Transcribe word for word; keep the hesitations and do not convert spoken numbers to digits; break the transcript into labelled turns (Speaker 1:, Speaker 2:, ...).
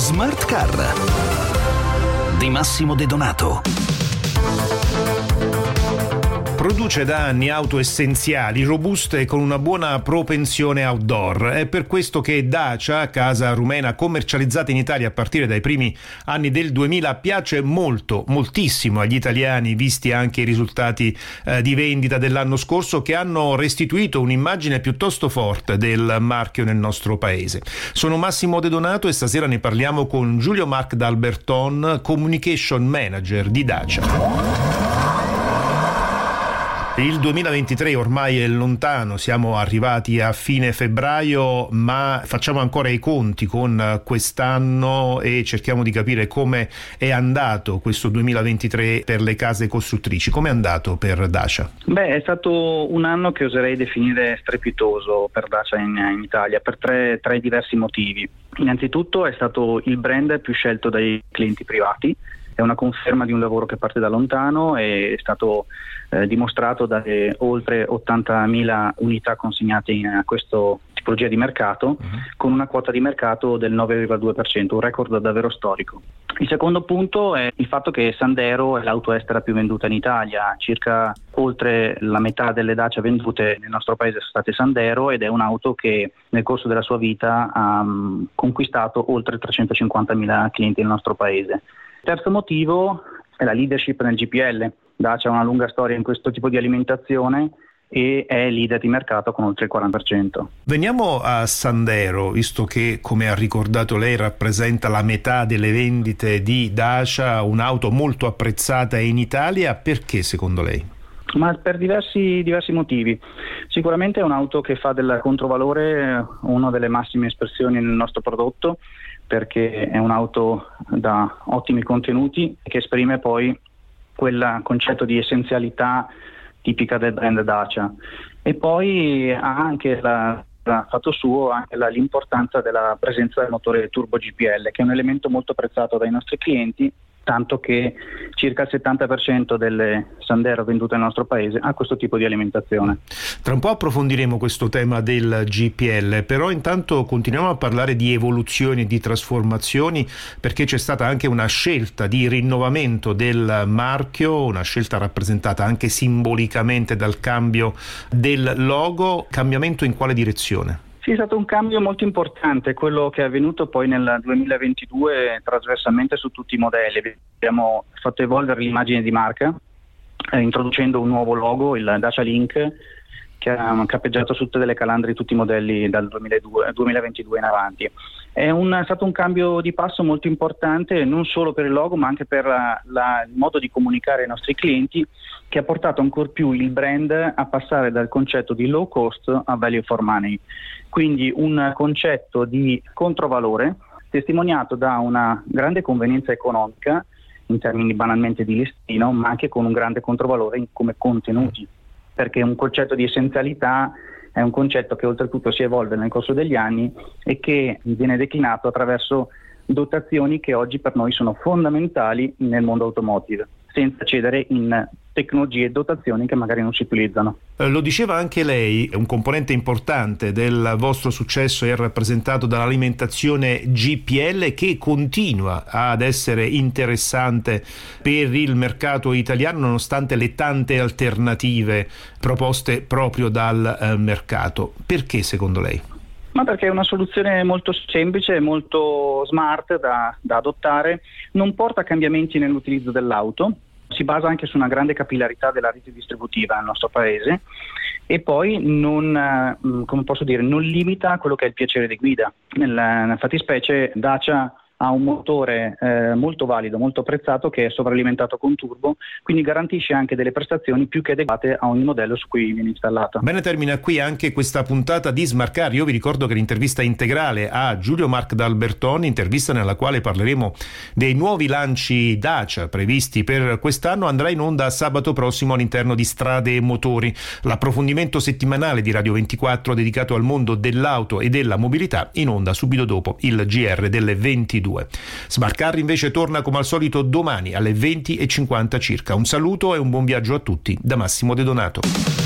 Speaker 1: Smart Car di Massimo De Donato. Produce da anni auto essenziali, robuste e con una buona propensione outdoor. È per questo che Dacia, casa rumena commercializzata in Italia a partire dai primi anni del duemila, piace molto, moltissimo agli italiani, visti anche i risultati eh, di vendita dell'anno scorso, che hanno restituito un'immagine piuttosto forte del marchio nel nostro paese. Sono Massimo De Donato e stasera ne parliamo con Giulio Marc D'Alberton, Communication Manager di Dacia. Il duemilaventitré ormai è lontano, siamo arrivati a fine febbraio, ma facciamo ancora i conti con quest'anno e cerchiamo di capire come è andato questo duemilaventitré per le case costruttrici. Come è andato per Dacia?
Speaker 2: Beh, è stato un anno che oserei definire strepitoso per Dacia in, in Italia, per tre, tre diversi motivi. Innanzitutto è stato il brand più scelto dai clienti privati. È una conferma di un lavoro che parte da lontano e è stato eh, dimostrato dalle oltre ottantamila unità consegnate in, a questa tipologia di mercato, uh-huh. con una quota di mercato del nove virgola due per cento, un record davvero storico. Il secondo punto è il fatto che Sandero è l'auto estera più venduta in Italia. Circa oltre la metà delle Dacia vendute nel nostro paese sono state Sandero, ed è un'auto che nel corso della sua vita ha um, conquistato oltre trecentocinquantamila clienti nel nostro paese. Il terzo motivo è la leadership nel G P L. Dacia ha una lunga storia in questo tipo di alimentazione e è leader di mercato con oltre il quaranta per cento.
Speaker 1: Veniamo a Sandero, visto che, come ha ricordato lei, rappresenta la metà delle vendite di Dacia, un'auto molto apprezzata in Italia. Perché secondo lei?
Speaker 2: Ma per diversi, diversi motivi. Sicuramente è un'auto che fa del controvalore una delle massime espressioni nel nostro prodotto, perché è un'auto da ottimi contenuti che esprime poi quel concetto di essenzialità tipica del brand Dacia. E poi ha anche la, la fatto suo anche la, l'importanza della presenza del motore turbo G P L, che è un elemento molto apprezzato dai nostri clienti, tanto che circa il settanta per cento delle Sandero vendute nel nostro paese ha questo tipo di alimentazione.
Speaker 1: Tra un po' approfondiremo questo tema del G P L, però intanto continuiamo a parlare di evoluzioni e di trasformazioni, perché c'è stata anche una scelta di rinnovamento del marchio, una scelta rappresentata anche simbolicamente dal cambio del logo. Cambiamento in quale direzione?
Speaker 2: Sì, è stato un cambio molto importante, quello che è avvenuto poi nel duemilaventidue trasversalmente su tutti i modelli. Abbiamo fatto evolvere l'immagine di marca, eh, introducendo un nuovo logo, il Dacia Link, che ha cappeggiato su tutte delle calandre tutti i modelli dal duemilaventidue in avanti. È, un, è stato un cambio di passo molto importante, non solo per il logo, ma anche per la, la, il modo di comunicare ai nostri clienti, che ha portato ancor più il brand a passare dal concetto di low cost a value for money. Quindi un concetto di controvalore testimoniato da una grande convenienza economica in termini banalmente di listino, ma anche con un grande controvalore in, come contenuti, perché un concetto di essenzialità è un concetto che oltretutto si evolve nel corso degli anni e che viene declinato attraverso dotazioni che oggi per noi sono fondamentali nel mondo automotive, senza cedere in tecnologie e dotazioni che magari non si utilizzano.
Speaker 1: Eh, lo diceva anche lei, un componente importante del vostro successo è rappresentato dall'alimentazione G P L, che continua ad essere interessante per il mercato italiano nonostante le tante alternative proposte proprio dal eh, mercato. Perché secondo lei?
Speaker 2: Ma perché è una soluzione molto semplice e molto smart da, da adottare, non porta cambiamenti nell'utilizzo dell'auto, si basa anche su una grande capillarità della rete distributiva nel nostro paese e poi non, come posso dire, non limita quello che è il piacere di guida. Nella fattispecie Dacia ha un motore eh, molto valido, molto apprezzato, che è sovralimentato con turbo, quindi garantisce anche delle prestazioni più che adeguate a ogni modello su cui viene installata.
Speaker 1: Bene, termina qui anche questa puntata di Smart Car. Io vi ricordo che l'intervista integrale a Giulio Marc D'Alberton, intervista nella quale parleremo dei nuovi lanci Dacia previsti per quest'anno, andrà in onda sabato prossimo all'interno di Strade e Motori, l'approfondimento settimanale di Radio ventiquattro dedicato al mondo dell'auto e della mobilità, in onda subito dopo il G R delle ventidue. Smart Car invece torna come al solito domani alle venti e cinquanta circa. Un saluto e un buon viaggio a tutti da Massimo De Donato.